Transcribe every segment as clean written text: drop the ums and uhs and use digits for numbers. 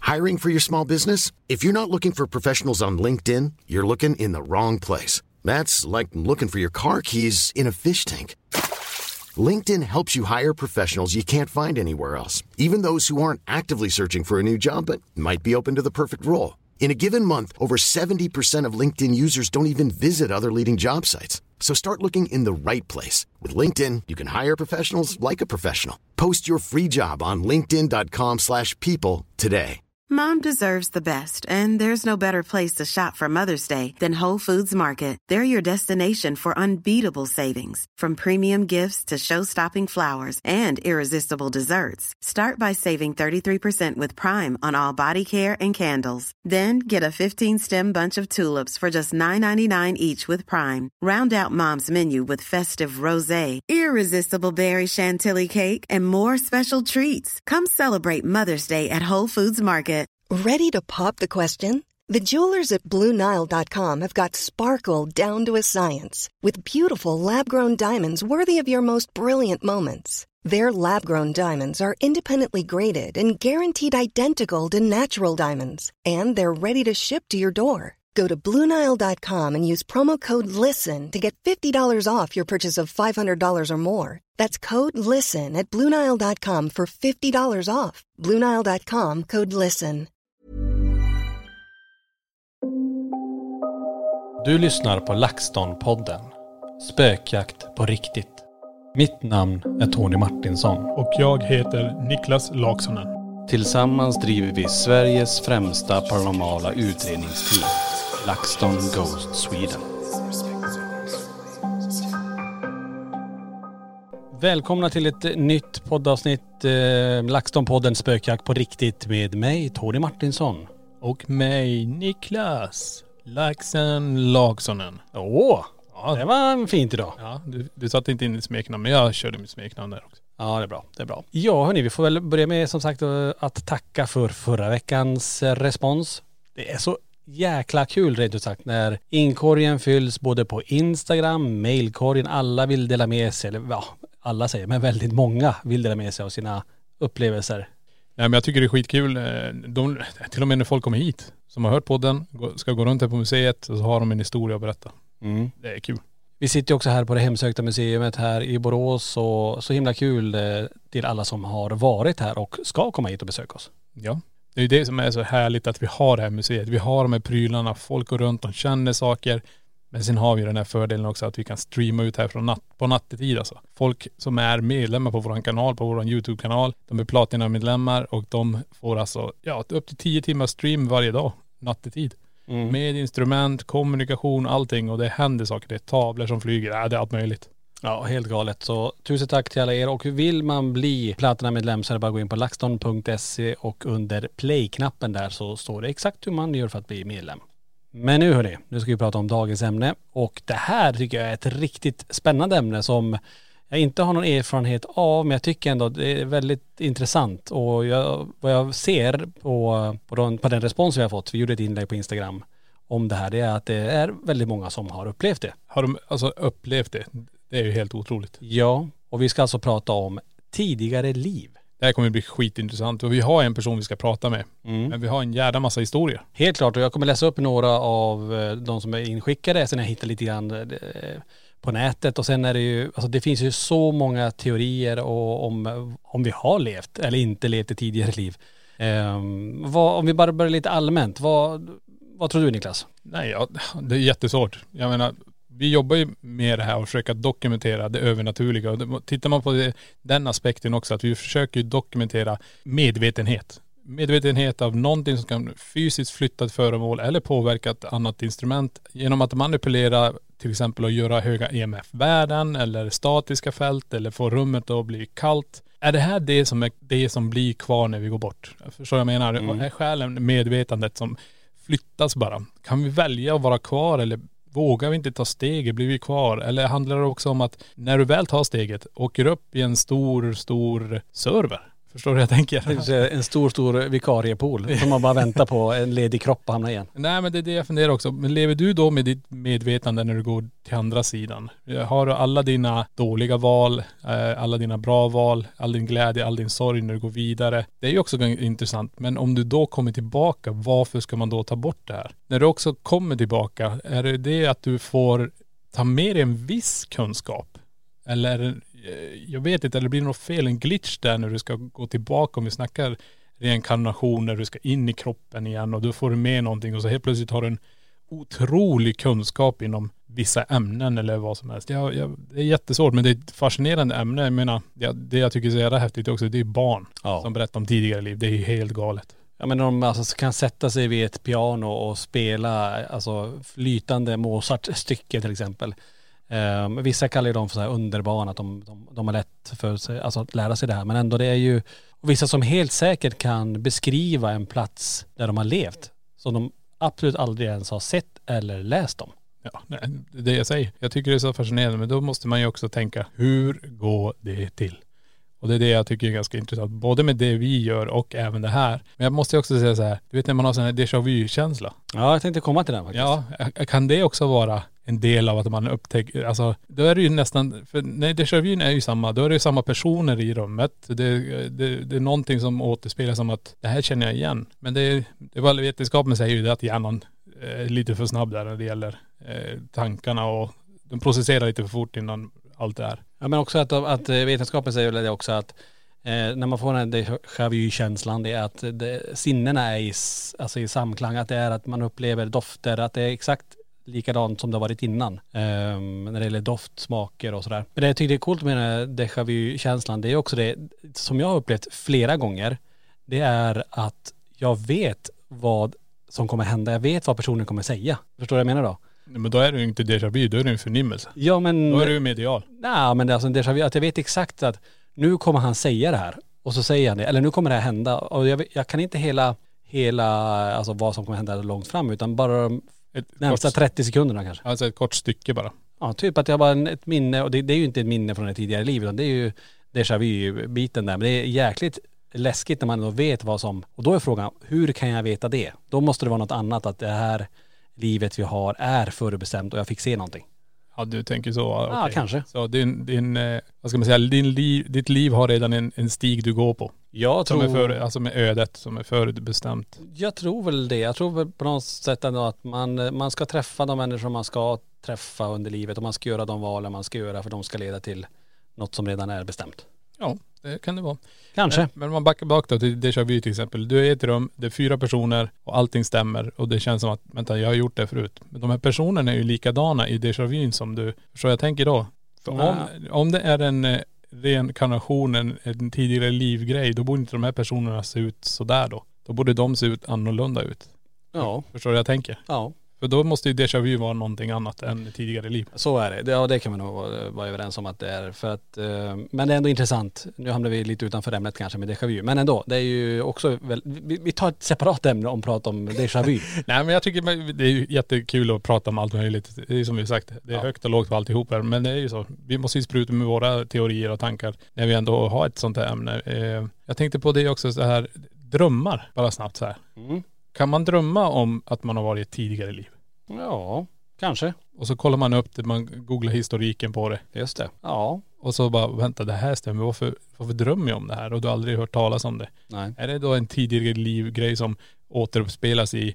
Hiring for your small business? If you're not looking for professionals on LinkedIn, you're looking in the wrong place. That's like looking for your car keys in a fish tank. LinkedIn helps you hire professionals you can't find anywhere else, even those who aren't actively searching for a new job but might be open to the perfect role. In a given month, over 70% of LinkedIn users don't even visit other leading job sites. So start looking in the right place. With LinkedIn, you can hire professionals like a professional. Post your free job on linkedin.com/people today. Mom deserves the best, and there's no better place to shop for Mother's Day than Whole Foods Market. They're your destination for unbeatable savings, from premium gifts to show-stopping flowers and irresistible desserts. Start by saving 33% with Prime on all body care and candles. Then get a 15-stem bunch of tulips for just $9.99 each with Prime. Round out Mom's menu with festive rosé, irresistible berry chantilly cake, and more special treats. Come celebrate Mother's Day at Whole Foods Market. Ready to pop the question? The jewelers at BlueNile.com have got sparkle down to a science with beautiful lab-grown diamonds worthy of your most brilliant moments. Their lab-grown diamonds are independently graded and guaranteed identical to natural diamonds, and they're ready to ship to your door. Go to BlueNile.com and use promo code LISTEN to get $50 off your purchase of $500 or more. That's code LISTEN at BlueNile.com for $50 off. BlueNile.com, code LISTEN. Du lyssnar på LaxTon-podden. Spökjakt på riktigt. Mitt namn är Tony Martinsson. Och jag heter Niklas Laksonen. Tillsammans driver vi Sveriges främsta paranormala utredningsteam, LaxTon Ghost Sweden. Välkomna till ett nytt poddavsnitt, LaxTon-podden Spökjakt på riktigt med mig, Tony Martinsson. Och mig, Niklas Laxen Laksonen. Ja, det var fint idag. Ja, du satte inte in i smeknamn, men jag körde mitt smeknamn där också. Ja, det är bra. Ja, hörni, vi får väl börja med som sagt att tacka för förra veckans respons. Det är så jäkla kul rent ut sagt när inkorgen fylls både på Instagram, mailkorgen, alla vill dela med sig, eller ja, alla säger, men väldigt många vill dela med sig av sina upplevelser. Nej, men jag tycker det är skitkul. Till och med när folk kommer hit som har hört podden, ska gå runt här på museet och så har de en historia att berätta. Det är kul. Vi sitter ju också här på det hemsökta museet här i Borås och så himla kul till alla som har varit här och ska komma hit och besöka oss. Ja, det är ju det som är så härligt att vi har det här museet. Vi har de här prylarna, folk går runt och känner saker. Men sen har vi den här fördelen också att vi kan streama ut här på nattetid alltså. Folk som är medlemmar på vår kanal, på vår YouTube-kanal, de är Platina-medlemmar och de får alltså upp till 10 timmar stream varje dag, nattetid. Med instrument, kommunikation, allting, och det händer saker. Det är tavlor som flyger, det är allt möjligt. Ja, helt galet. Så tusen tack till alla er, och vill man bli Platina-medlem så är det bara att gå in på laxton.se och under play-knappen där så står det exakt hur man gör för att bli medlem. Men nu hörni, nu ska vi prata om dagens ämne, och det här tycker jag är ett riktigt spännande ämne som jag inte har någon erfarenhet av, men jag tycker ändå att det är väldigt intressant, och vad jag ser på den respons vi har fått, vi gjorde ett inlägg på Instagram om det här, det är att det är väldigt många som har upplevt det. Har de alltså upplevt det? Det är ju helt otroligt. Ja, och vi ska alltså prata om tidigare liv. Det här kommer bli skitintressant, och vi har en person vi ska prata med. Men vi har en jävla massa historier. Helt klart, och jag kommer läsa upp några av de som är inskickade, sen jag hittar lite grann på nätet, och sen är det ju, alltså det finns ju så många teorier om vi har levt eller inte levt i tidigare liv. Om vi bara börjar lite allmänt, vad tror du, Niklas? Nej, det är jättesvårt. Jag menar, vi jobbar ju med det här och försöker dokumentera det övernaturliga. Och tittar man på den aspekten också, att vi försöker dokumentera medvetenhet. Medvetenhet av någonting som kan fysiskt flytta ett föremål eller påverka ett annat instrument genom att manipulera till exempel att göra höga EMF-värden eller statiska fält eller få rummet att bli kallt. Är det här det som blir kvar när vi går bort? Förstår jag menar? Är själen medvetandet som flyttas bara? Kan vi välja att vara kvar, eller vågar vi inte ta steget, blir vi kvar? Eller handlar det också om att när du väl tar steget, åker upp i en stor server? Förstår du vad jag tänker? Det är en stor vikariepool som man bara väntar på en ledig kropp att hamna igen. Nej, men det är det jag funderar också. Men lever du då med ditt medvetande när du går till andra sidan? Har du alla dina dåliga val, alla dina bra val, all din glädje, all din sorg när du går vidare? Det är ju också intressant. Men om du då kommer tillbaka, varför ska man då ta bort det här? När du också kommer tillbaka, är det att du får ta med dig en viss kunskap? Eller jag vet inte, eller det blir något fel, en glitch där när du ska gå tillbaka, om vi snackar reinkarnation, när du ska in i kroppen igen och du får med någonting och så helt plötsligt har du en otrolig kunskap inom vissa ämnen eller vad som helst. Det är jättesvårt, men det är ett fascinerande ämne. Jag menar, det jag tycker är så jävla häftigt också, det är barn som berättar om tidigare liv. Det är helt galet. Ja, men de alltså kan sätta sig vid ett piano och spela alltså flytande Mozart-stycke till exempel. Vissa kallar ju dem för så här underbarn, att de har lätt för sig, alltså att lära sig det här. Men ändå det är ju vissa som helt säkert kan beskriva en plats där de har levt som de absolut aldrig ens har sett eller läst om. Ja, nej, det jag säger. Jag tycker det är så fascinerande, men då måste man ju också tänka, hur går det till? Och det är det jag tycker är ganska intressant, både med det vi gör och även det här. Men jag måste också säga så här, du vet när man har sån här déjà vu-känsla. Ja, jag tänkte komma till den faktiskt. Ja, kan det också vara en del av att man upptäcker, alltså då är det ju nästan, för nej, déjà vu är ju samma, då är det ju samma personer i rummet. Det är någonting som återspelar som att det här känner jag igen. Men det var vetenskapen säger ju det att hjärnan är lite för snabb där när det gäller tankarna och de processerar lite för fort innan allt det här. Ja, men också att vetenskapen säger det också att när man får den déjà vu-känslan, det är att sinnena är i samklang, att det är att man upplever dofter, att det är exakt likadant som det har varit innan. När det gäller doft, smaker och sådär. Men det jag tycker är coolt med den här déjà vu-känslan, det är också det som jag har upplevt flera gånger. Det är att jag vet vad som kommer hända. Jag vet vad personen kommer säga. Förstår du vad jag menar då? Men då är det ju inte déjà vu, då är det en förnimmelse. Ja, men då är det ju medial. Nej, men det är alltså en déjà vu, att jag vet exakt att nu kommer han säga det här. Och så säger han det. Eller nu kommer det här hända. Och jag kan inte hela alltså vad som kommer hända långt fram, utan bara närmsta 30 sekunderna kanske. Alltså ett kort stycke bara. Ja, typ att jag bara ett minne, och det är ju inte ett minne från ett tidigare liv, utan det är ju déjà vu-biten där. Men det är jäkligt läskigt när man då vet vad som, och då är frågan, hur kan jag veta det? Då måste det vara något annat, att det här livet vi har är förbestämt och jag fick se någonting. Ja, du tänker så. Okay. Ja, kanske. Så vad ska man säga, ditt liv har redan en stig du går på. Jag tror... Som är alltså med ödet, som är förbestämt. Jag tror väl det. Jag tror väl på något sätt ändå att man ska träffa de människor man ska träffa under livet, och man ska göra de valen man ska göra, för de ska leda till något som redan är bestämt. Ja, det kan det vara. Kanske. Men man backar bak då till déjà vu till exempel. Du är i ett rum, det är 4 personer och allting stämmer och det känns som att, vänta, jag har gjort det förut. Men de här personerna är ju likadana i déjà vu som du, så jag tänker då. För om det är en reinkarnation, en tidigare livgrej, då borde inte de här personerna se ut sådär då. Då borde de se ut annorlunda ut. Ja. Förstår du vad jag tänker? Ja. För då måste ju déjà vu vara någonting annat än tidigare liv. Så är det. Ja, det kan man nog vara överens om att det är. För att, men det är ändå intressant. Nu hamnar vi lite utanför ämnet kanske med déjà vu. Men ändå, det är ju också vi tar ett separat ämne om prat om déjà vu. Nej, men jag tycker det är ju jättekul att prata om allt möjligt. Det är som vi sagt, det är högt och lågt för alltihop här. Men det är ju så. Vi måste ju spruta med våra teorier och tankar när vi ändå har ett sånt här ämne. Jag tänkte på det också så här, drömmar, bara snabbt så här. Mm. Kan man drömma om att man har varit i ett tidigare liv? Ja, kanske. Och så kollar man upp det, man googlar historiken på det. Just det. Ja. Och så bara, vänta, det här stämmer. Varför drömmer jag om det här? Och du har aldrig hört talas om det. Nej. Är det då en tidigare livgrej som återuppspelas i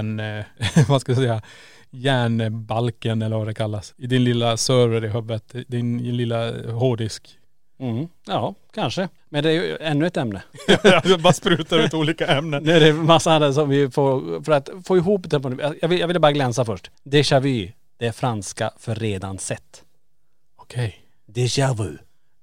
vad ska jag säga, hjärnbalken eller vad det kallas? I din lilla server i huvudet, din lilla hårddisk. Mm. Ja, kanske. Men det är ju ännu ett ämne. Bara sprutar ut olika ämnen. Nej, det är massa andra som vi får, för att få ihop det. Jag ville bara glänsa först. Déjà vu, det är franska för redan sett. Okej. Déjà vu.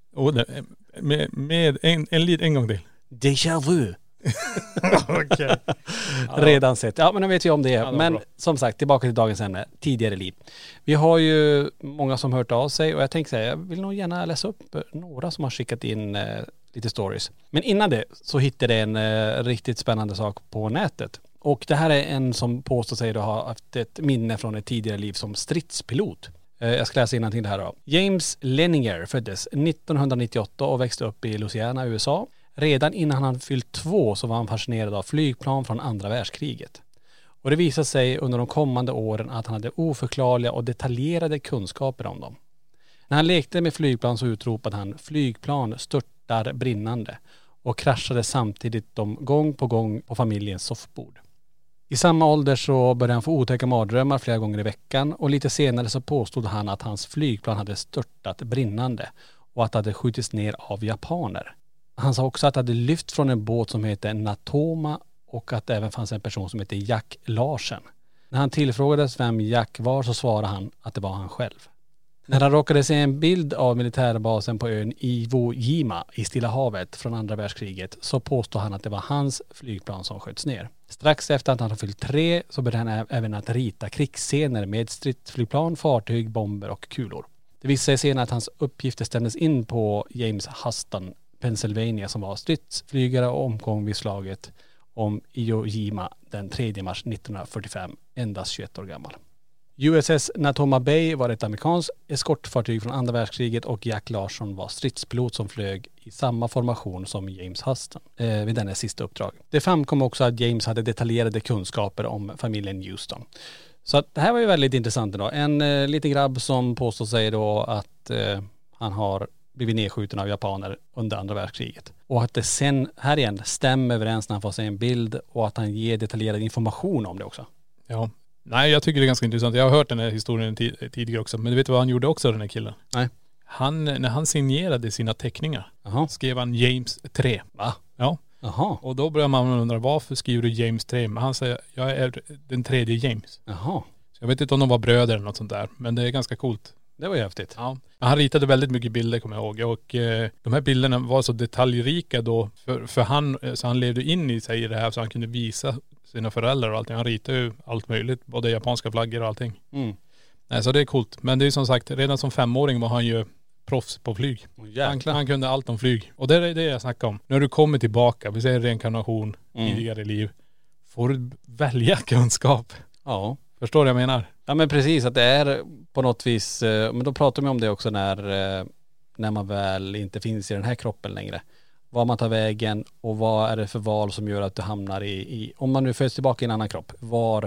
Med en gång till. Déjà vu. Okej. Redan sett. Ja, men nu vet vi om det. Ja, men bra. Som sagt, tillbaka till dagens ämne. Tidigare liv. Vi har ju många som hört av sig, och jag tänker säga, jag vill nog gärna läsa upp några som har skickat in lite stories. Men innan det så hittade jag en riktigt spännande sak på nätet. Och det här är en som påstår sig att ha haft ett minne från ett tidigare liv som stridspilot. Jag ska läsa innantill det här då. James Leninger föddes 1998 och växte upp i Louisiana, USA. Redan innan han fyllt 2 så var han fascinerad av flygplan från andra världskriget. Och det visade sig under de kommande åren att han hade oförklarliga och detaljerade kunskaper om dem. När han lekte med flygplan så utropade han flygplan störtar brinnande och kraschade samtidigt de gång på familjens soffbord. I samma ålder så började han få otäcka mardrömmar flera gånger i veckan och lite senare så påstod han att hans flygplan hade störtat brinnande och att det hade skjutits ner av japaner. Han sa också att det hade lyft från en båt som heter Natoma och att det även fanns en person som heter Jack Larsen. När han tillfrågades vem Jack var så svarade han att det var han själv. När han råkade se en bild av militärbasen på ön Iwo Jima i Stilla havet från andra världskriget så påstod han att det var hans flygplan som sköts ner. Strax efter att han hade fyllt 3 så började han även att rita krigsscener med stridsflygplan, fartyg, bomber och kulor. Det visade sig senare att hans uppgifter stämdes in på James Huston, Pennsylvania, som var stridsflygare och omkom vid slaget om Iwo Jima den 3 mars 1945, endast 21 år gammal. USS Natoma Bay var ett amerikanskt eskortfartyg från andra världskriget och Jack Larson var stridspilot som flög i samma formation som James Huston vid dennes sista uppdrag. Det framkom också att James hade detaljerade kunskaper om familjen Houston. Så att det här var ju väldigt intressant idag. En liten grabb som påstår sig då att han har blivit nedskjuten av japaner under andra världskriget. Och att det sen här igen stämmer överens när han får se en bild och att han ger detaljerad information om det också. Ja. Nej, jag tycker det är ganska intressant. Jag har hört den här historien tidigare också. Men du vet vad han gjorde också, den här killen? Nej. När han signerade sina teckningar skrev han James 3. Va? Ja. Jaha. Och då börjar man undra, varför skriver du James 3? Men han säger, jag är den 3:e James. Jaha. Så jag vet inte om de var bröder eller något sånt där. Men det är ganska coolt. Det var ju häftigt. Ja. Han ritade väldigt mycket bilder, kommer jag ihåg. Och de här bilderna var så detaljrika då. För han, så han levde in i sig i det här så han kunde visa sina föräldrar och allting. Han ritade ju allt möjligt. Både japanska flaggor och allting. Mm. Nej, så det är coolt. Men det är som sagt, redan som 5-åring var han ju proffs på flyg. Han kunde allt om flyg. Och det är det jag snackar om. När du kommer tillbaka, vi säger reinkarnation, tidigare liv. Får du välja kunskap. Ja. Förstår du vad jag menar? Ja men precis, att det är på något vis, men då pratar vi om det också när man väl inte finns i den här kroppen längre. Var man tar vägen och vad är det för val som gör att du hamnar i om man nu föds tillbaka i en annan kropp,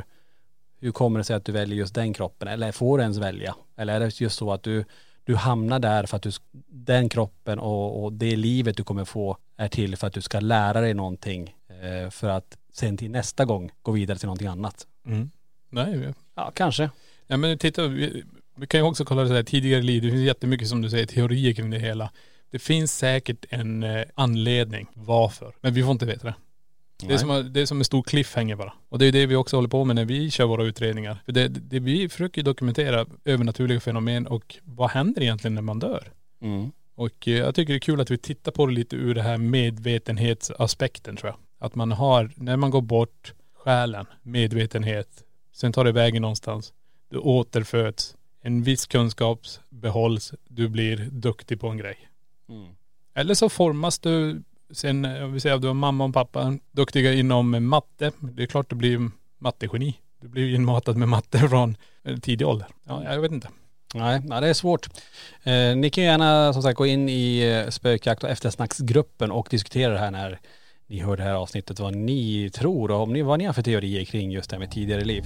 hur kommer det sig att du väljer just den kroppen? Eller får du ens välja? Eller är det just så att du hamnar där för att den kroppen och det livet du kommer få är till för att du ska lära dig någonting för att sen till nästa gång gå vidare till någonting annat? Mm. Nej. Ja, kanske. Ja, men titta, vi kan ju också kolla det här tidigare liv. Det finns jättemycket, som du säger, teorier kring det hela. Det finns säkert en anledning varför. Men vi får inte veta det. Det är som en stor cliffhanger bara. Och det är det vi också håller på med när vi kör våra utredningar. För det vi försöker dokumentera övernaturliga fenomen och vad händer egentligen när man dör. Mm. Och jag tycker det är kul att vi tittar på det lite ur det här medvetenhetsaspekten, tror jag. Att man har, när man går bort, själen, medvetenhet, sen tar det vägen någonstans. Du återföds. En viss kunskap behålls. Du blir duktig på en grej. Mm. Eller så formas du. Sen, vi säger att du har mamma och pappa duktiga inom matte. Det är klart du blir mattegeni. Du blir inmatad med matte från tidig ålder. Ja, jag vet inte. Nej, det är svårt. Ni kan gärna som sagt gå in i spökjakt och eftersnacksgruppen och diskutera det här när ni hör det här avsnittet. Vad ni tror och vad ni har för teorier kring just det här med tidigare liv.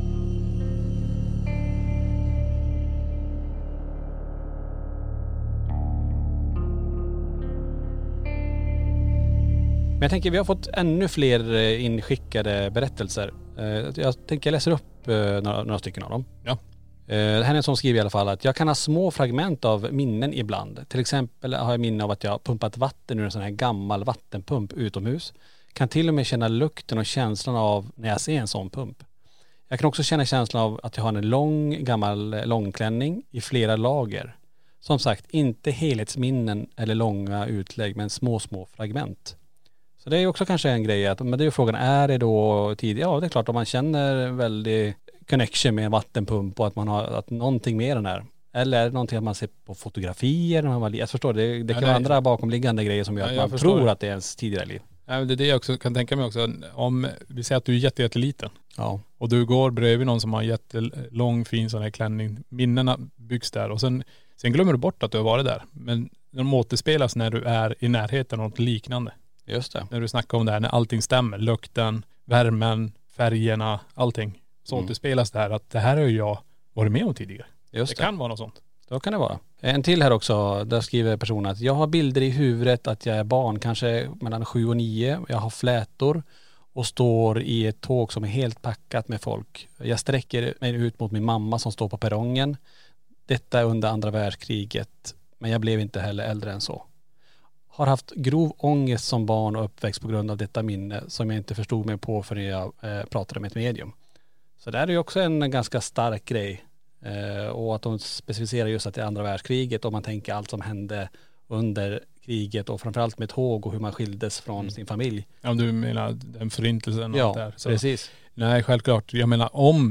Men jag tänker vi har fått ännu fler inskickade berättelser. Jag tänker jag läser upp några stycken av dem. Ja. Det här är en som skriver i alla fall att jag kan ha små fragment av minnen ibland. Till exempel har jag minne av att jag har pumpat vatten ur en sån här gammal vattenpump utomhus. Kan till och med känna lukten och känslan av när jag ser en sån pump. Jag kan också känna känslan av att jag har en gammal långklänning i flera lager. Som sagt, inte helhetsminnen eller långa utlägg, men små fragment. Så det är också kanske en grej men det är ju frågan, är det då tidigt? Ja, det är klart om man känner väldigt connection med en vattenpump och att man har att någonting mer än här. Eller är det någonting att man ser på fotografier när man var jag förstår det kan vara andra bakomliggande grejer som gör att man tror att det är ens tidigare liv. Ja, det är det jag också kan tänka mig också. Om vi säger att du är jätteliten. Ja. Och du går bredvid någon som har en jättelång fin sån här klänning. Minnena byggs där och sen glömmer du bort att du har varit där. Men de återspelas när du är i närheten av något liknande. Just det. När du snackar om det här, när allting stämmer. Lukten, värmen, färgerna, allting. Så återspelas det här att det här har ju jag varit med om tidigare. Just det kan vara något sånt. Då kan det vara. En till här också, där skriver personen att jag har bilder i huvudet att jag är barn, kanske mellan 7 och 9. Jag har flätor och står i ett tåg som är helt packat med folk. Jag sträcker mig ut mot min mamma som står på perrongen. Detta under andra världskriget, men jag blev inte heller äldre än så. Har haft grov ångest som barn och uppväxt på grund av detta minne som jag inte förstod mig på förrän jag pratade med ett medium. Så det är ju också en ganska stark grej. Och att de specificerar just att det är andra världskriget och man tänker allt som hände under kriget och framförallt med tåg och hur man skildes från sin familj. Ja, du menar den förintelsen och allt där. Så. Precis. Nej, självklart. Jag menar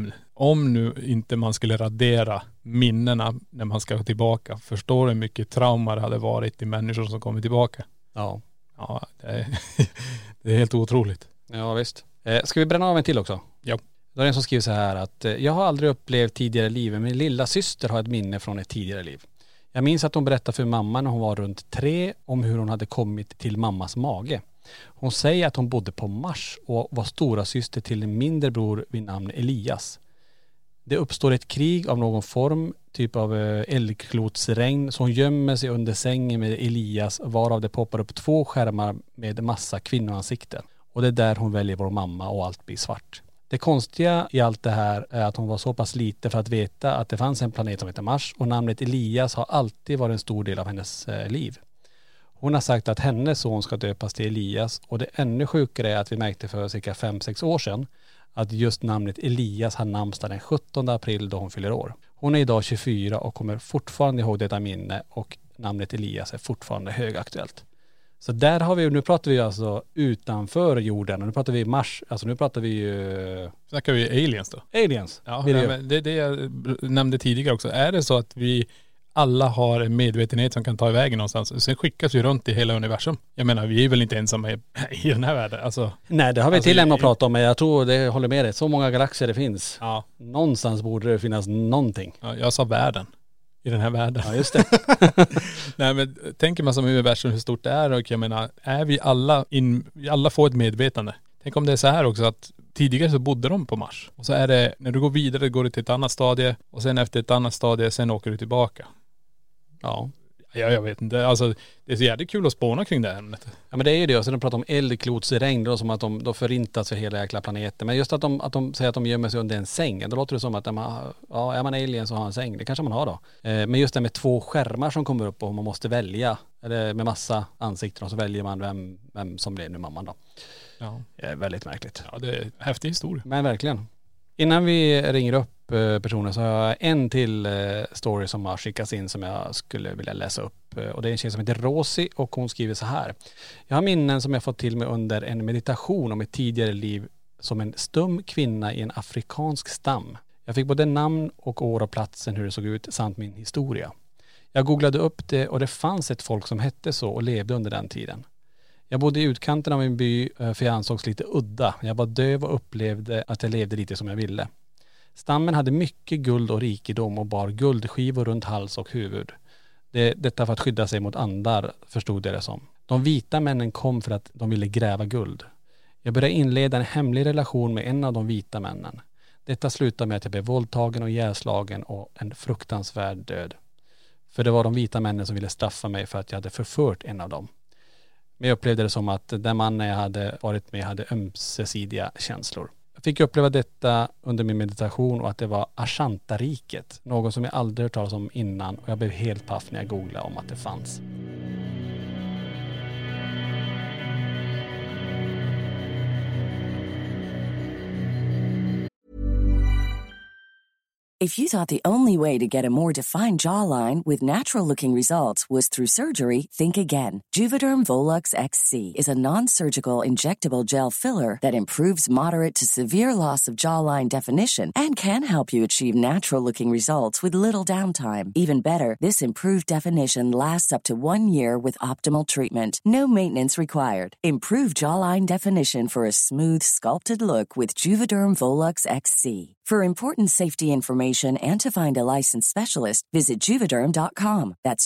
om nu inte man skulle radera minnena när man ska tillbaka. Förstår hur mycket trauma det hade varit i människor som kommer tillbaka. Ja. Ja, det är helt otroligt. Ja, visst. Ska vi bränna av en till också? Ja. Då är det en som skriver så här att jag har aldrig upplevt tidigare liv, men min lilla syster har ett minne från ett tidigare liv. Jag minns att hon berättade för mamma när hon var runt 3 om hur hon hade kommit till mammas mage. Hon säger att hon bodde på Mars och var stora syster till en mindre bror vid namn Elias. Det uppstår ett krig av någon form, typ av eldklotsregn, så hon gömmer sig under sängen med Elias, varav det poppar upp 2 skärmar med massa kvinnoansikten. Och det är där hon väljer vår mamma och allt blir svart. Det konstiga i allt det här är att hon var så pass liten för att veta att det fanns en planet som heter Mars och namnet Elias har alltid varit en stor del av hennes liv. Hon har sagt att hennes son ska döpas till Elias och det ännu sjukare är att vi märkte för cirka 5-6 år sedan att just namnet Elias har namnsdag den 17 april då hon fyller år. Hon är idag 24 och kommer fortfarande ihåg detta minne och namnet Elias är fortfarande högaktuellt. Så där har vi, nu pratar vi alltså utanför jorden och nu pratar vi Mars, alltså nu pratar vi ju... Snackar vi aliens då? Aliens. Ja, men det är det jag nämnde tidigare också. Är det så att vi alla har en medvetenhet som kan ta iväg någonstans, sen skickas vi runt i hela universum. Jag menar, vi är väl inte ensamma i den här världen. Alltså, nej, det har vi till ämne att prata om, men jag tror, det håller med dig, så många galaxer det finns. Ja. Någonstans borde det finnas någonting. Ja, jag sa världen. I den här världen. Ja, just det. Nej, men tänker man som universum hur stort det är och jag menar, är vi alla får ett medvetande. Tänk om det är så här också att tidigare så bodde de på Mars. Och så är det, när du går vidare går du till ett annat stadie och sen efter ett annat stadie sen åker du tillbaka. Ja. Jag vet inte. Alltså det är så jävligt kul att spåna kring det här ämnet. Ja, men det är ju det. Och så de pratar om eldklotsregn då, som att de då förintas för hela jäkla planeten. Men just att de säger att de gömmer sig under en säng. Då låter det som att är man alien så har en säng. Det kanske man har då. Men just det med 2 skärmar som kommer upp och man måste välja. Eller med massa ansikten och så väljer man vem som blir nu mamman då. Ja. Det är väldigt märkligt. Ja, det är en häftig historia. Men verkligen. Innan vi ringer upp personer så har jag en till story som har skickats in som jag skulle vilja läsa upp. Och det är en tjej som heter Rosie och hon skriver så här. Jag har minnen som jag fått till mig under en meditation om ett tidigare liv som en stum kvinna i en afrikansk stam. Jag fick både namn och år och platsen hur det såg ut samt min historia. Jag googlade upp det och det fanns ett folk som hette så och levde under den tiden. Jag bodde i utkanten av en by för jag ansågs lite udda. Jag var döv och upplevde att jag levde lite som jag ville. Stammen hade mycket guld och rikedom och bar guldskivor runt hals och huvud. Detta för att skydda sig mot andar, förstod jag det som. De vita männen kom för att de ville gräva guld. Jag började inleda en hemlig relation med en av de vita männen. Detta slutade med att jag blev våldtagen och ihjälslagen och en fruktansvärd död. För det var de vita männen som ville straffa mig för att jag hade förfört en av dem. Men jag upplevde det som att den mannen jag hade varit med hade ömsesidiga känslor. Jag fick uppleva detta under min meditation och att det var Ashantariket. Något som jag aldrig hört talas om innan och jag blev helt paff när jag googlade om att det fanns. If you thought the only way to get a more defined jawline with natural-looking results was through surgery, think again. Juvederm Volux XC is a non-surgical injectable gel filler that improves moderate to severe loss of jawline definition and can help you achieve natural-looking results with little downtime. Even better, this improved definition lasts up to 1 year with optimal treatment. No maintenance required. Improve jawline definition for a smooth, sculpted look with Juvederm Volux XC. For important safety information information and to find a licensed specialist, visit Juvederm.com. That's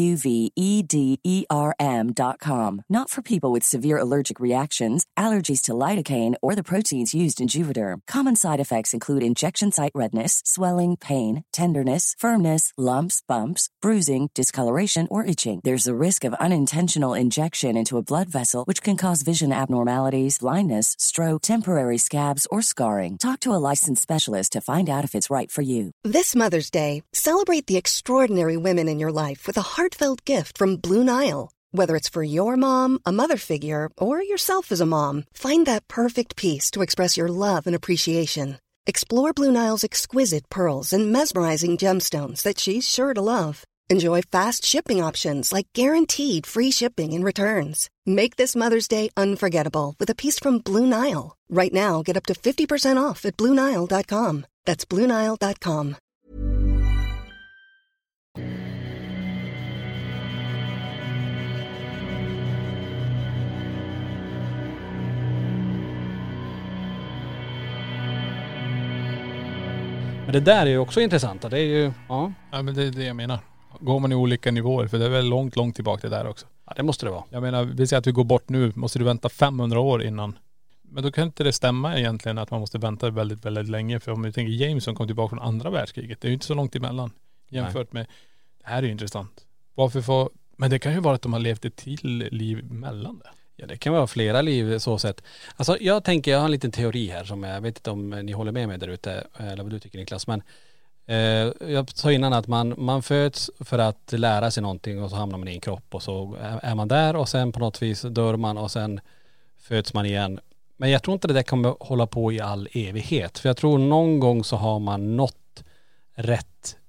JUVEDERM.com. Not for people with severe allergic reactions, allergies to lidocaine, or the proteins used in Juvederm. Common side effects include injection site redness, swelling, pain, tenderness, firmness, lumps, bumps, bruising, discoloration, or itching. There's a risk of unintentional injection into a blood vessel, which can cause vision abnormalities, blindness, stroke, temporary scabs, or scarring. Talk to a licensed specialist to find out if it's right for you. This Mother's Day, celebrate the extraordinary women in your life with a heartfelt gift from Blue Nile. Whether it's for your mom, a mother figure, or yourself as a mom, find that perfect piece to express your love and appreciation. Explore Blue Nile's exquisite pearls and mesmerizing gemstones that she's sure to love. Enjoy fast shipping options like guaranteed free shipping and returns. Make this Mother's Day unforgettable with a piece from Blue Nile. Right now, get up to 50% off at BlueNile.com. That's BlueNile.com. Men det där är ju också intressant. Det är ju, ja. Ja, men det är det jag menar. Går man i olika nivåer, för det är väl långt tillbaka det där också. Ja, det måste det vara. Jag menar, vi säger att vi går bort nu, måste du vänta 500 år innan. Men då kan inte det stämma egentligen att man måste vänta väldigt, väldigt länge. För om vi tänker James som kom tillbaka från andra världskriget, det är ju inte så långt emellan jämfört med, det här är ju intressant. Men det kan ju vara att de har levt ett till liv mellan det. Ja, det kan vara flera liv så sett. Alltså jag har en liten teori här som jag vet inte om ni håller med mig där ute eller vad du tycker Niklas, men jag sa innan att man föds för att lära sig någonting och så hamnar man i en kropp och så är man där och sen på något vis dör man och sen föds man igen. Men jag tror inte det där kommer hålla på i all evighet, för jag tror någon gång så har man nått rätt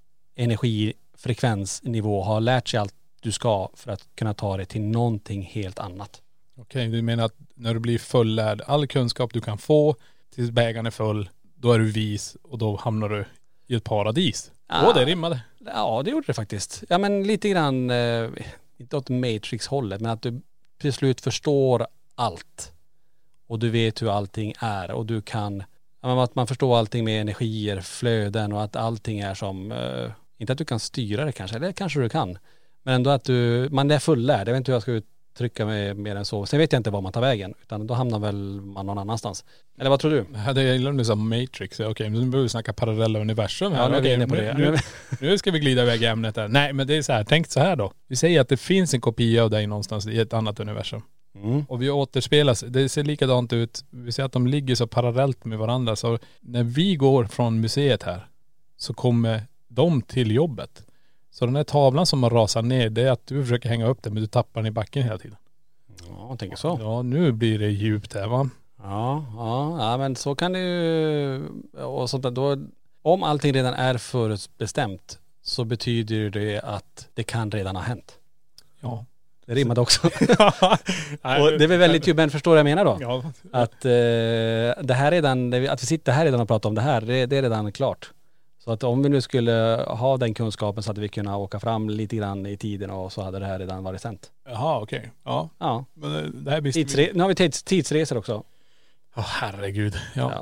energifrekvensnivå, har lärt sig allt du ska för att kunna ta det till någonting helt annat. Okej, du menar att när du blir fullärd, all kunskap du kan få tills bägaren är full, då är du vis och då hamnar du i ett paradis. Ja, det rimmade. Ja, det gjorde det faktiskt. Ja, men lite grann, inte åt Matrix-hållet, men att du till slut förstår allt. Och du vet hur allting är och du kan, att man förstår allting med energier, flöden och att allting är som, inte att du kan styra det kanske, eller kanske du kan. Men ändå att man är fullärd. Jag vet inte hur jag ska uttrycka mig mer än så. Sen vet jag inte var man tar vägen, utan då hamnar väl man någon annanstans. Eller vad tror du? Jag gillar nu som Matrix. Okej, nu börjar vi snacka parallella universum här. Ja, nu är vi inne på det. Nu ska vi glida iväg i ämnet här. Nej, men det är så här, tänk så här då. Vi säger att det finns en kopia av dig någonstans i ett annat universum. Mm. Och vi återspelas, det ser likadant ut. Vi ser att de ligger så parallellt med varandra. Så när vi går från museet här så kommer de till jobbet. Så den här tavlan som har rasat ner, det är att du försöker hänga upp den men du tappar den i backen hela tiden. Ja, jag tänker så. Ja, nu blir det djupt här va? Ja, men så kan det ju, och sånt där, då, om allting redan är förutbestämt så betyder det att det kan redan ha hänt. Ja. Det rimmade också. Och det är väl väldigt djupt, men förstår jag menar då? Ja. Att det här redan, att vi sitter här redan och pratar om det här, det är redan klart. Så att om vi nu skulle ha den kunskapen så hade vi kunnat åka fram lite grann i tiden och så hade det här redan varit sent. Jaha, okej. Ja. Men det här blir... Nu har vi tidsresor också. Herregud. Ja.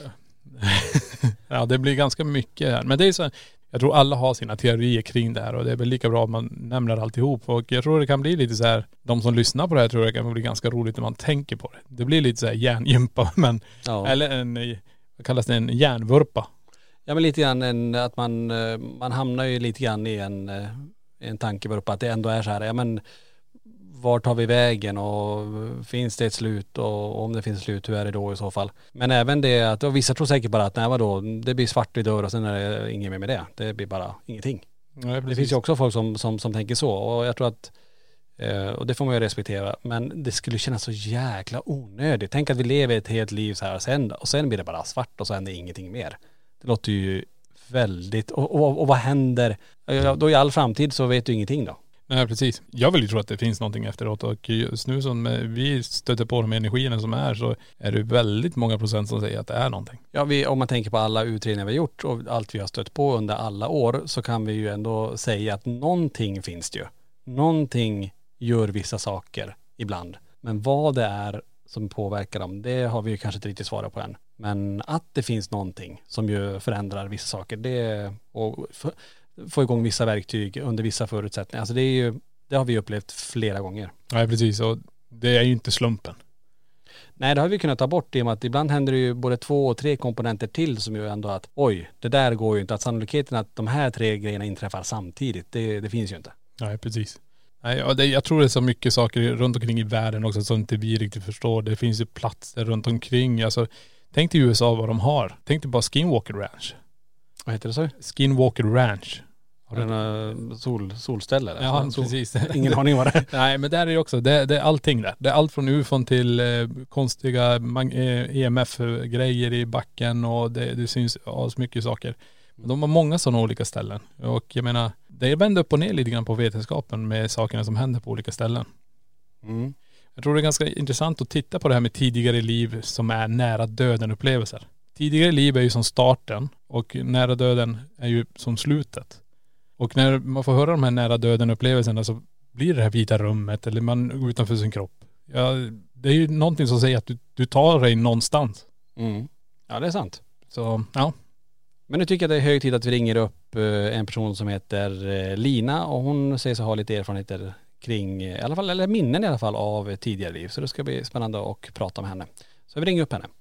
Ja, det blir ganska mycket här. Men det är så, jag tror alla har sina teorier kring det här och det är väl lika bra att man nämner alltihop. Och jag tror det kan bli lite så här, de som lyssnar på det här tror jag kan bli ganska roligt när man tänker på det. Det blir lite så här hjärngympa, men eller vad kallas det, en hjärnvurpa. Ja, men lite grann att man hamnar ju lite grann i en tankevurpa att det ändå är så här, ja men var tar vi vägen och finns det ett slut och om det finns ett slut, hur är det då i så fall? Men även det att, och vissa tror säkert bara att nej vadå, det blir svart vid dörr och sen är det inget mer med det. Det blir bara ingenting. Ja, det finns ju också folk som tänker så och jag tror att, och det får man ju respektera, men det skulle kännas så jäkla onödigt. Tänk att vi lever ett helt liv så här och sen blir det bara svart och sen är det ingenting mer. Det låter ju väldigt, och vad händer? Då i all framtid så vet du ingenting då. Nej, precis. Jag vill ju tro att det finns någonting efteråt och just nu som vi stöter på de energierna som är så är det väldigt många procent som säger att det är någonting. Ja, om man tänker på alla utredningar vi har gjort och allt vi har stött på under alla år så kan vi ju ändå säga att någonting finns det ju. Någonting gör vissa saker ibland. Men vad det är som påverkar dem, det har vi ju kanske inte riktigt svarat på än. Men att det finns någonting som ju förändrar vissa saker, det och få igång vissa verktyg under vissa förutsättningar. Alltså det har vi upplevt flera gånger. Nej, precis. Och det är ju inte slumpen. Nej, det har vi kunnat ta bort i och med att ibland händer det ju både 2 och 3 komponenter till som ju ändå att oj, det där går ju inte. Att sannolikheten att de här 3 grejerna inträffar samtidigt, det finns ju inte. Nej, precis. Nej, jag tror det är så mycket saker runt omkring i världen också som inte vi riktigt förstår. Det finns ju platser runt omkring. Alltså, tänk dig i USA vad de har. Tänk dig bara Skinwalker Ranch. Vad heter det så? Skinwalker Ranch. Har du några solställe? Eller? Ja, precis. Ingen aning vad det är. Nej, men där är det också. Det är allting där. Det är allt från UFOn till konstiga EMF-grejer i backen och det syns så mycket saker. De har många sådana olika ställen. Och jag menar, det vänder upp och ner lite grann på vetenskapen med sakerna som händer på olika ställen. Mm. Jag tror det är ganska intressant att titta på det här med tidigare liv som är nära döden upplevelser. Tidigare liv är ju som starten och nära döden är ju som slutet. Och när man får höra de här nära döden upplevelserna så blir det här vita rummet eller man går utanför sin kropp. Ja, det är ju någonting som säger att du tar dig någonstans. Mm. Ja, det är sant. Så, ja. Men nu tycker jag det är hög tid att vi ringer upp en person som heter Lina och hon säger sig ha lite erfarenheter kring, i alla fall, eller minnen i alla fall av tidigare liv. Så det ska bli spännande att prata med henne. Så vi ringer upp henne.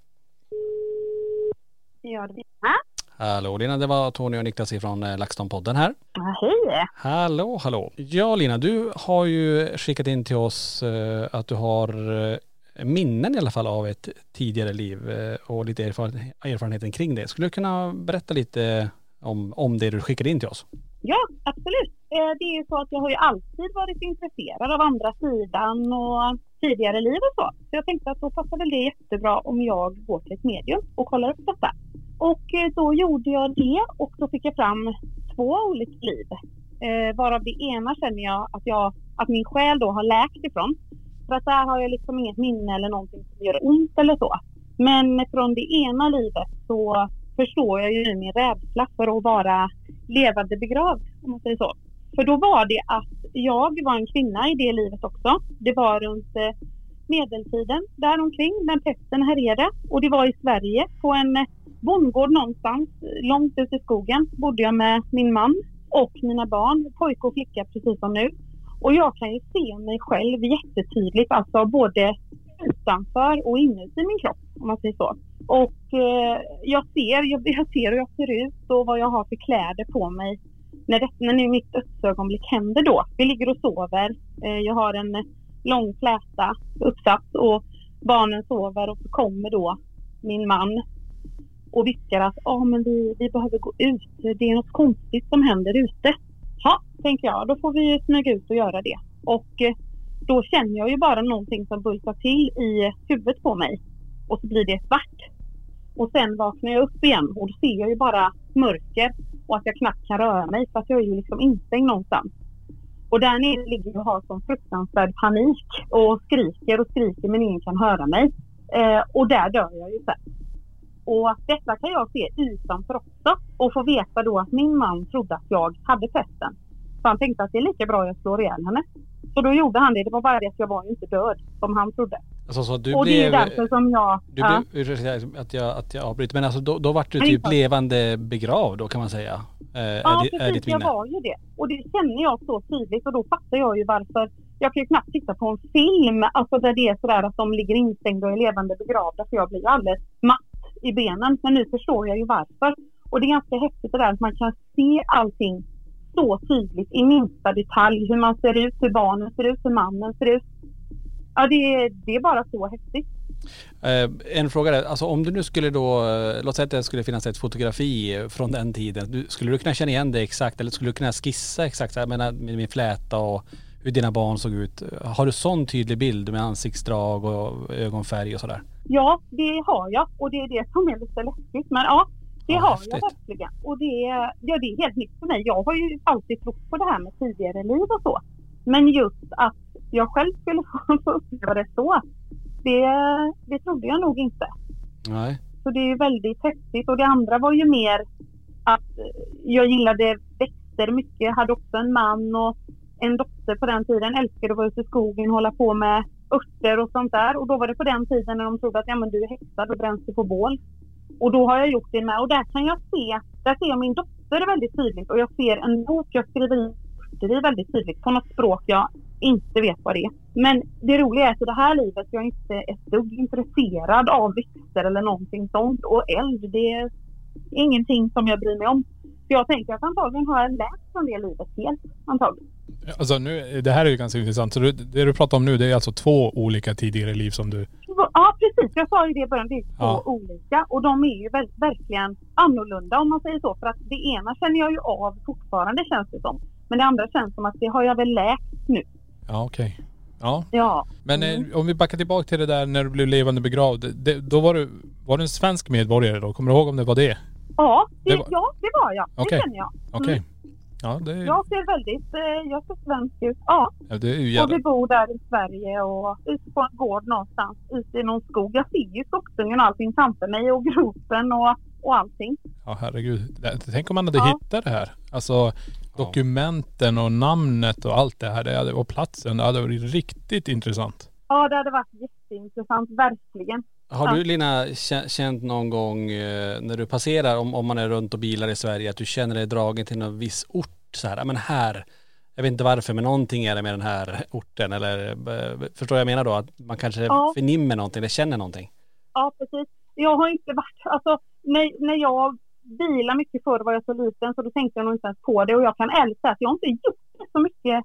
Ja, det är. Hallå Lina, det var Tony och Niklas ifrån LaxTon-podden här. Ja, hej. Hallå. Ja Lina, du har ju skickat in till oss att du har minnen i alla fall av ett tidigare liv och lite erfarenheten kring det. Skulle du kunna berätta lite om det du skickade in till oss? Ja, absolut. Det är ju så att jag har ju alltid varit intresserad av andra sidan och tidigare liv och så. Så jag tänkte att då passar väl det jättebra om jag går till ett medium och kollar upp detta. Och då gjorde jag det och då fick jag fram 2 olika liv. Varav det ena känner jag att min själ då har läkt ifrån. För att där har jag liksom inget minne eller någonting som gör ont eller så. Men från det ena livet så förstår jag ju min rädsla för att vara levande begravd, om man säger så. För då var det att jag var en kvinna i det livet också. Det var runt medeltiden där omkring när pesten härjade. Och det var i Sverige på en bondgård någonstans långt ute i skogen bodde jag med min man och mina barn, pojke och flicka precis som nu. Och jag kan ju se mig själv jättetydligt, alltså både utanför och inuti min kropp, om man säger så. Och jag ser hur jag ser ut och vad jag har för kläder på mig när nu mitt dödsögonblick händer då. Vi ligger och sover, jag har en lång fläta uppsatt och barnen sover och så kommer då min man och viskar att men vi behöver gå ut. Det är något konstigt som händer ute. Ja, tänker jag. Då får vi smyga ut och göra det. Och då känner jag ju bara någonting som bultar till i huvudet på mig. Och så blir det svart. Och sen vaknar jag upp igen och då ser jag ju bara mörker och att jag knappt kan röra mig för att jag är ju liksom instängd någonstans. Och där nere ligger jag och har sån fruktansvärd panik och skriker men ingen kan höra mig. Och där dör jag ju sen. Och detta kan jag se utanför också och få veta då att min man trodde att jag hade pesten. Så han tänkte att det är lika bra jag slår ihjäl henne. Så då gjorde han det. Det var bara det att jag var inte död som han trodde. Alltså, så du och blev, det är därför som jag... att jag avbryter. Men alltså då var du typ levande begravd då kan man säga. Ja, precis. Jag var ju det. Och det känner jag så tydligt. Och då fattar jag ju varför. Jag kan ju knappt titta på en film. Alltså där det är sådär att de ligger instängda och är levande begravda. För jag blir alldeles matt i benen. Men nu förstår jag ju varför. Och det är ganska häftigt det där att man kan se allting så tydligt i minsta detalj. Hur man ser ut, hur barnen ser ut, hur mannen ser ut. Ja, det är bara så häftigt. En fråga är, alltså om du nu skulle då, låt säga att det skulle finnas ett fotografi från den tiden. Skulle du kunna känna igen det exakt eller skulle du kunna skissa exakt jag menar, med min fläta och hur dina barn såg ut? Har du sån tydlig bild med ansiktsdrag och ögonfärg och sådär? Ja, det har jag och det är det som är lite läskigt. Men ja, det har jag verkligen. Och det är helt nytt för mig. Jag har ju alltid trott på det här med tidigare liv och så. Men just att jag själv skulle få uppleva det så, det trodde jag nog inte. Nej. Så det är väldigt häftigt. Och det andra var ju mer att jag gillade växter mycket. Jag hade också en man och en dotter på den tiden. Älskade att vara ute i skogen och hålla på med örter och sånt där. Och då var det på den tiden när de trodde att men du är häxad och bränns du på bål. Och då har jag gjort det med. Och där ser jag min dotter väldigt tydligt. Och jag ser en bok jag skriver i väldigt tydligt på något språk jag inte vet vad det är. Men det roliga är att i det här livet jag är inte ett dugg intresserad av växter eller någonting sånt. Och eld, det är ingenting som jag bryr mig om. Så jag tänker att antagligen har jag lärt från det livet helt, antagligen. Alltså nu, det här är ju ganska intressant. Så det du pratar om nu, det är alltså 2 olika tidigare liv som du... Ja, precis. Jag sa ju det i början. Det är 2 olika. Och de är ju verkligen annorlunda om man säger så. För att det ena känner jag ju av fortfarande, känns det som. Men det andra känns som att det har jag väl lärt nu. Ja, okej. Ja. Men om vi backar tillbaka till det där när du blev levande begravd. Då var du en svensk medborgare då? Kommer du ihåg om det var det? Ja, det var jag. Okay. Det känner jag. Okej. Ja, jag ser svensk ut. Ja, det är ju och vi bor där i Sverige och ute på en gård någonstans, ute i någon skog. Jag ser ju skogsungen och allting framför mig och gropen och allting. Ja, herregud. Tänk om man hade hittat det här. Alltså dokumenten och namnet och allt det här och platsen. Det hade varit riktigt intressant. Ja, det hade varit jätteintressant, verkligen. Har du, Lina, känt någon gång när du passerar, om man är runt och bilar i Sverige, att du känner dig dragen till någon viss ort så här, men här, jag vet inte varför, men någonting är det med den här orten, eller förstår jag menar då, att man kanske förnimmer någonting eller känner någonting? Ja, precis. Jag har inte varit, alltså när jag bilar mycket förr var jag så liten, så då tänkte jag nog inte ens på det, och jag kan ärligt säga att jag har inte gjort så mycket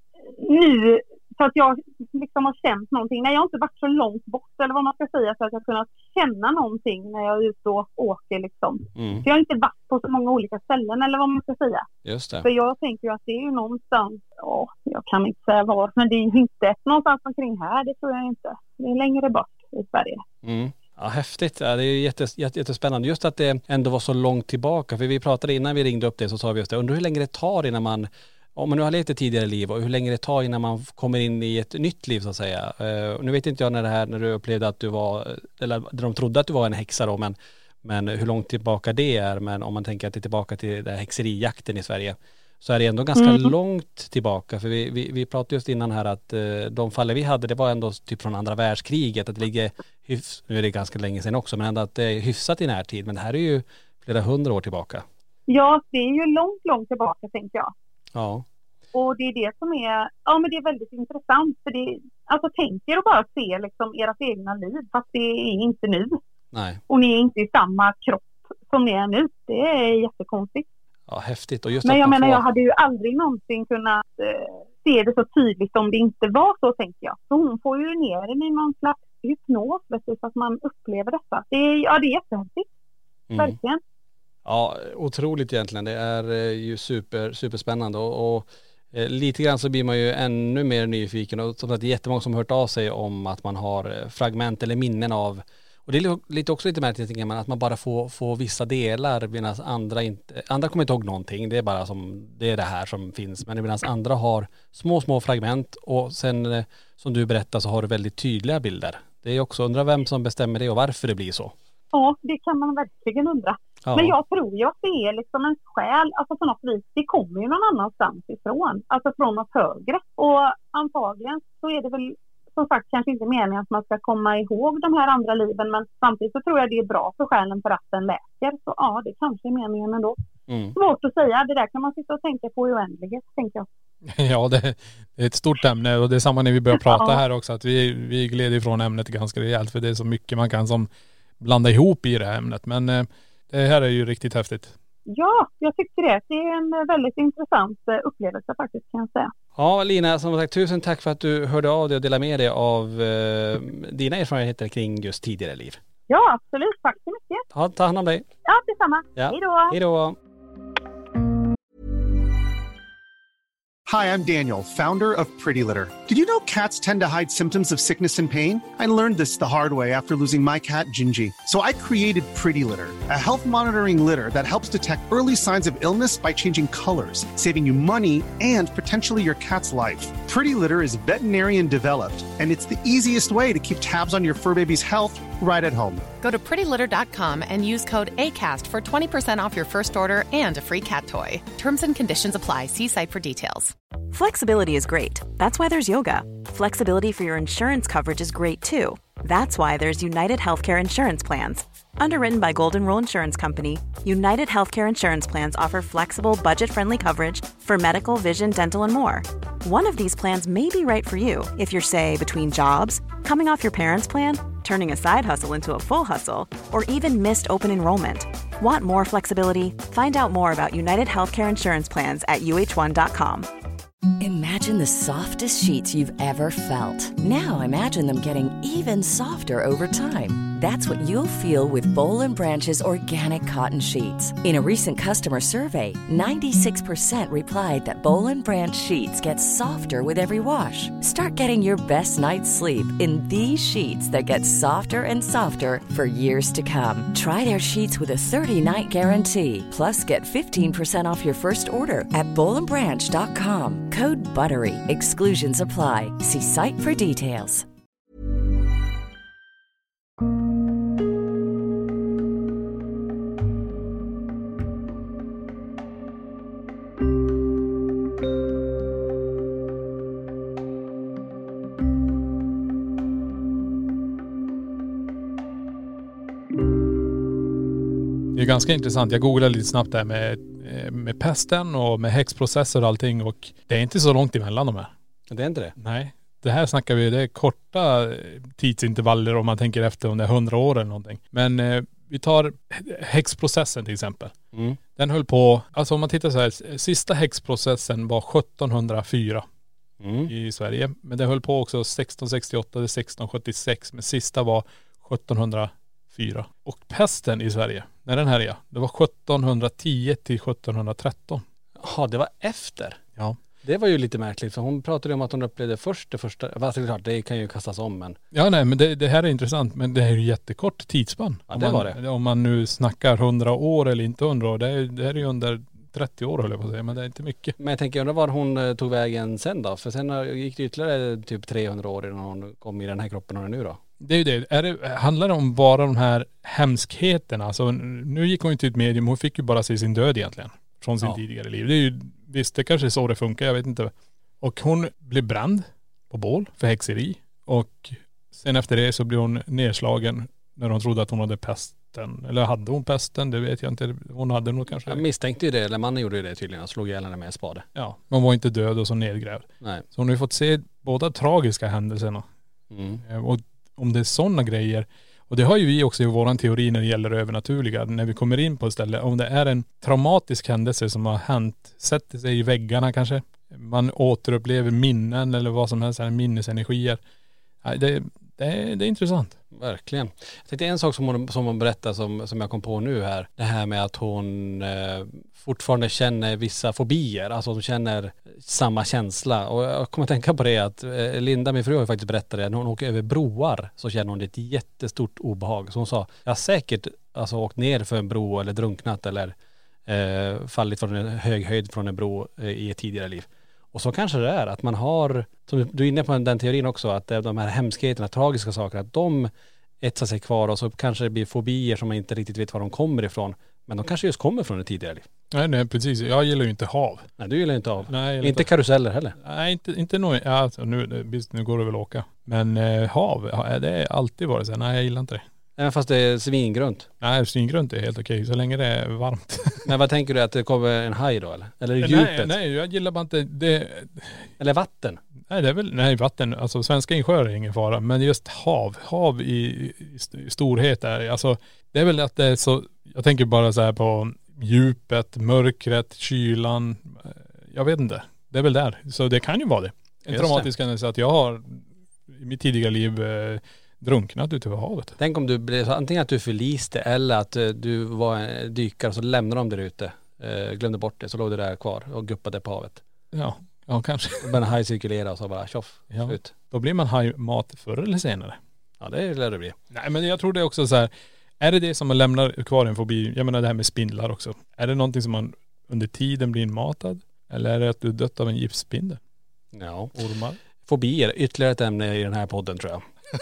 nu så att jag liksom har känt någonting. Nej, jag har inte varit så långt bort, eller vad man ska säga, så att jag kunnat känna någonting när jag är ute och åker liksom. Jag har inte varit på så många olika ställen, eller vad man ska säga. Just det. För jag tänker ju att det är ju någonstans, jag kan inte säga var, men det är ju inte någonstans omkring här, det tror jag inte. Det är längre bort i Sverige. Ja, häftigt. Ja, det är jättespännande. Just att det ändå var så långt tillbaka. För vi pratade innan vi ringde upp det, så sa vi just det. Undrar hur länge det tar innan man, om man nu har levt ett tidigare liv, och hur länge det tar innan man kommer in i ett nytt liv så att säga. Nu vet inte jag när du upplevde att du var, eller de trodde att du var en häxa då, men hur långt tillbaka det är. Men om man tänker att det är tillbaka till den här häxerijakten i Sverige, så är det ändå ganska långt tillbaka. För vi pratade just innan här att de fall vi hade, det var ändå typ från andra världskriget. Att det ligger, nu är det ganska länge sedan också, men ändå att det är hyfsat i närtid. Men det här är ju flera 100 år tillbaka. Ja, det är ju långt tillbaka, tänker jag. Ja. Och det är det som är, men det är väldigt intressant. För det, alltså tänk er att bara se liksom ert egna liv, fast det är inte nu. Nej. Och ni är inte i samma kropp som ni är nu. Det är jättekonstigt. Ja, häftigt. Och just men jag menar, jag hade ju aldrig någonsin kunnat se det så tydligt om det inte var så, tänker jag. Så hon får ju ner den i någon slags hypnos, så att man upplever detta. Det är jättehäftigt. Verkligen. Ja, otroligt egentligen. Det är ju superspännande och lite grann så blir man ju ännu mer nyfiken, och som sagt det är jättemånga som har hört av sig om att man har fragment eller minnen av, och det är också lite märkligt att man bara får vissa delar medan andra kommer inte ihåg någonting. Det är bara det är det här som finns, men medan andra har små fragment, och sen som du berättar så har du väldigt tydliga bilder. Det är också, undrar vem som bestämmer det och varför det blir så. Ja, det kan man verkligen undra. Ja. Men jag tror ju att det är liksom en själ, alltså på något vis, det kommer ju någon annanstans ifrån, alltså från något högre. Och antagligen så är det väl som sagt kanske inte meningen att man ska komma ihåg de här andra liven, men samtidigt så tror jag det är bra för själen för att den läker. Så ja, det kanske är meningen ändå. Svårt att säga, det där kan man sitta och tänka på i oändlighet, tänker jag. Ja, det är ett stort ämne, och det är samma när vi börjar prata här också, att vi glider ifrån ämnet ganska rejält, för det är så mycket man kan som blanda ihop i det här ämnet. Men det här är ju riktigt häftigt. Ja, jag tycker det. Det är en väldigt intressant upplevelse faktiskt, kan jag säga. Ja, Lina, som sagt, tusen tack för att du hörde av dig och delade med dig av dina erfarenheter kring just tidigare liv. Ja, absolut. Tack så mycket. Ta hand om dig. Ja, detsamma. Ja. Hej då. Hej då. Hi, I'm Daniel, founder of Pretty Litter. Did you know cats tend to hide symptoms of sickness and pain? I learned this the hard way after losing my cat, Gingy. So I created Pretty Litter, a health monitoring litter that helps detect early signs of illness by changing colors, saving you money and potentially your cat's life. Pretty Litter is veterinarian developed, and it's the easiest way to keep tabs on your fur baby's health right at home. Go to prettylitter.com and use code ACAST for 20% off your first order and a free cat toy. Terms and conditions apply. See site for details. Flexibility is great. That's why there's yoga. Flexibility for your insurance coverage is great too. That's why there's United Healthcare Insurance Plans. Underwritten by Golden Rule Insurance Company, United Healthcare Insurance Plans offer flexible, budget-friendly coverage for medical, vision, dental, and more. One of these plans may be right for you if you're, say, between jobs, coming off your parents' plan, turning a side hustle into a full hustle, or even missed open enrollment. Want more flexibility? Find out more about United Healthcare Insurance Plans at uh1.com. Imagine the softest sheets you've ever felt. Now imagine them getting even softer over time. That's what you'll feel with Boll & Branch's organic cotton sheets. In a recent customer survey, 96% replied that Boll & Branch sheets get softer with every wash. Start getting your best night's sleep in these sheets that get softer and softer for years to come. Try their sheets with a 30-night guarantee. Plus, get 15% off your first order at bollandbranch.com. Code BUTTERY. Exclusions apply. See site for details. Det är ganska intressant. Jag googlade lite snabbt där med pesten och med häxprocesser och allting, och det är inte så långt emellan de här. Det är inte det? Nej. Det här snackar vi, det är korta tidsintervaller om man tänker efter om det är 100 år eller någonting. Men vi tar häxprocessen till exempel. Mm. Den höll på, alltså om man tittar så här, sista häxprocessen var 1704 i Sverige. Men det höll på också 1668 till 1676, men sista var 1704. Och pesten i Sverige, när den här är, det var 1710 till 1713. Ja, det var efter. Ja. Det var ju lite märkligt, för hon pratade om att hon upplevde det första, alltså det är klart, det kan ju kastas om, men... Ja, nej, men det här är intressant, men det här är ju jättekort tidsspann. Ja, det var det. Om man nu snackar 100 år eller inte 100 år, det här är ju under 30 år höll jag på att säga, men det är inte mycket. Men jag tänker, undrar var hon tog vägen sen då? För sen gick det ytterligare typ 300 år innan hon kom i den här kroppen hon är nu då. Det är ju det. Handlar det om bara de här hemskheterna? Alltså, nu gick hon ju till ett medium, hon fick ju bara se sin död egentligen. Från sin tidigare liv. Det är ju, visst, det kanske är så det funkar, jag vet inte. Och hon blev bränd på bål för häxeri. Och sen efter det så blev hon nedslagen när hon trodde att hon hade pesten. Eller hade hon pesten? Det vet jag inte. Hon hade nog kanske. Jag misstänkte ju det, eller mannen gjorde ju det tydligen. Han slog ihjäl henne med en spade. Ja, men hon var inte död och så nedgrävd. Nej. Så hon har ju fått se båda tragiska händelserna. Och om det är sådana grejer. Och det har ju vi också i våran teori när det gäller det övernaturliga. När vi kommer in på ett ställe, om det är en traumatisk händelse som har hänt, sätter sig i väggarna kanske. Man återupplever minnen eller vad som helst, minnesenergier. Det är intressant. Verkligen. Jag tänkte en sak som hon berättar som jag kom på nu här. Det här med att hon fortfarande känner vissa fobier. Alltså hon känner samma känsla. Och jag kommer att tänka på det att Linda, min fru, har ju faktiskt berättat det. När hon åker över broar så känner hon ett jättestort obehag. Så hon sa, jag har säkert åkt ner för en bro eller drunknat eller fallit från en hög höjd från en bro i ett tidigare liv. Och så kanske det är att man har, som du är inne på den teorin också, att de här hemskheterna, tragiska saker, att de etsar sig kvar och så kanske det blir fobier som man inte riktigt vet var de kommer ifrån. Men de kanske just kommer från ett tidigare liv. Nej, precis. Jag gillar ju inte hav. Nej, du gillar inte hav. Nej, inte karuseller heller. Nej, inte nog. Ja, alltså, nu går det väl att åka. Men hav, det är alltid varit så. Nej, jag gillar inte det. Även fast det är svingrunt. Nej, svingrunt är helt okej. Så länge det är varmt. Men vad tänker du, att det kommer en haj då eller? Eller djupet? Nej, jag gillar bara inte det. Eller vatten? Nej, det är väl, vatten. Alltså svenska insjöar är ingen fara. Men just hav i storhet är, alltså det är väl att det är så, jag tänker bara så här på djupet, mörkret, kylan. Jag vet inte. Det är väl där. Så det kan ju vara det. En traumatisk händelse att jag har i mitt tidigare liv drunknat ute över havet. Tänk om du blev, antingen att du förliste eller att du var en dykare och så lämnade de där ute. Glömde bort det, så låg det där kvar och guppade på havet. Ja, kanske. Och började haj cirkulera och så bara tjoff, ut. Då blir man hajmat förr eller senare. Ja, det lär det bli. Nej, men jag tror det är också så här, är det som man lämnar kvar en fobi, jag menar det här med spindlar också. Är det någonting som man under tiden blir matad? Eller är det att du dött av en giftspindel? Ja. Ormar? Fobier, ytterligare ett ämne i den här podden tror jag.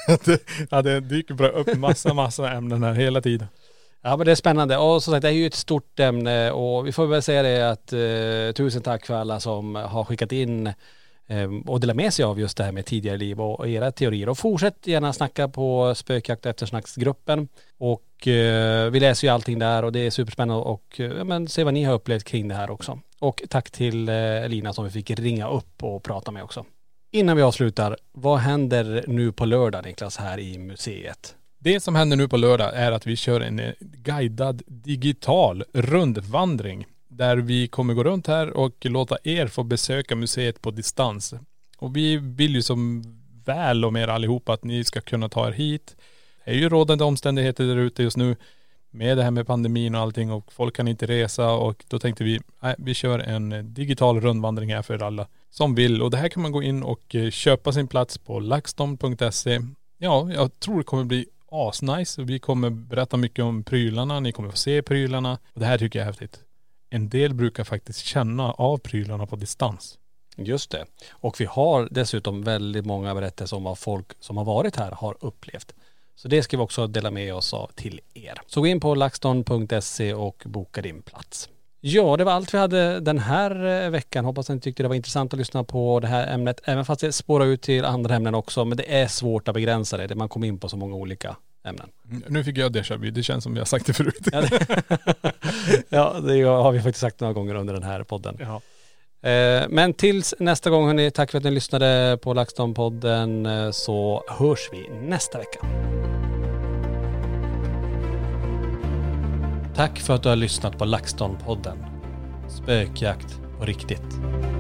Det dyker bara upp massa ämnen här hela tiden. Ja, men det är spännande. Och som sagt, det är ju ett stort ämne och vi får väl säga det att tusen tack för alla som har skickat in och dela med sig av just det här med tidigare liv och era teorier. Och fortsätt gärna snacka på Spökjakt och eftersnacksgruppen. Och vi läser ju allting där och det är superspännande och se vad ni har upplevt kring det här också. Och tack till Elina som vi fick ringa upp och prata med också. Innan vi avslutar, vad händer nu på lördag, Niklas, här i museet? Det som händer nu på lördag är att vi kör en guidad digital rundvandring där vi kommer gå runt här och låta er få besöka museet på distans. Och vi vill ju som väl om er allihopa att ni ska kunna ta er hit. Det är ju rådande omständigheter där ute just nu med det här med pandemin och allting och folk kan inte resa och då tänkte vi kör en digital rundvandring här för alla som vill. Och det här kan man gå in och köpa sin plats på laxton.se. Ja, jag tror det kommer bli asnice. Vi kommer berätta mycket om prylarna. Ni kommer få se prylarna. Och det här tycker jag är häftigt. En del brukar faktiskt känna av prylarna på distans. Just det. Och vi har dessutom väldigt många berättelser om vad folk som har varit här har upplevt. Så det ska vi också dela med oss av till er. Så gå in på laxton.se och boka din plats. Ja, det var allt vi hade den här veckan. Hoppas att ni tyckte det var intressant att lyssna på det här ämnet. Även fast det spårar ut till andra ämnen också. Men det är svårt att begränsa det. Man kommer in på så många olika ämnen. Nu fick jag déjà vu. Det känns som jag sagt det förut. Ja, det har vi faktiskt sagt några gånger under den här podden. Ja. Men tills nästa gång, hörni, tack för att ni lyssnade på LaxTon-podden, så hörs vi nästa vecka. Tack för att du har lyssnat på LaxTon-podden. Spökjakt på riktigt.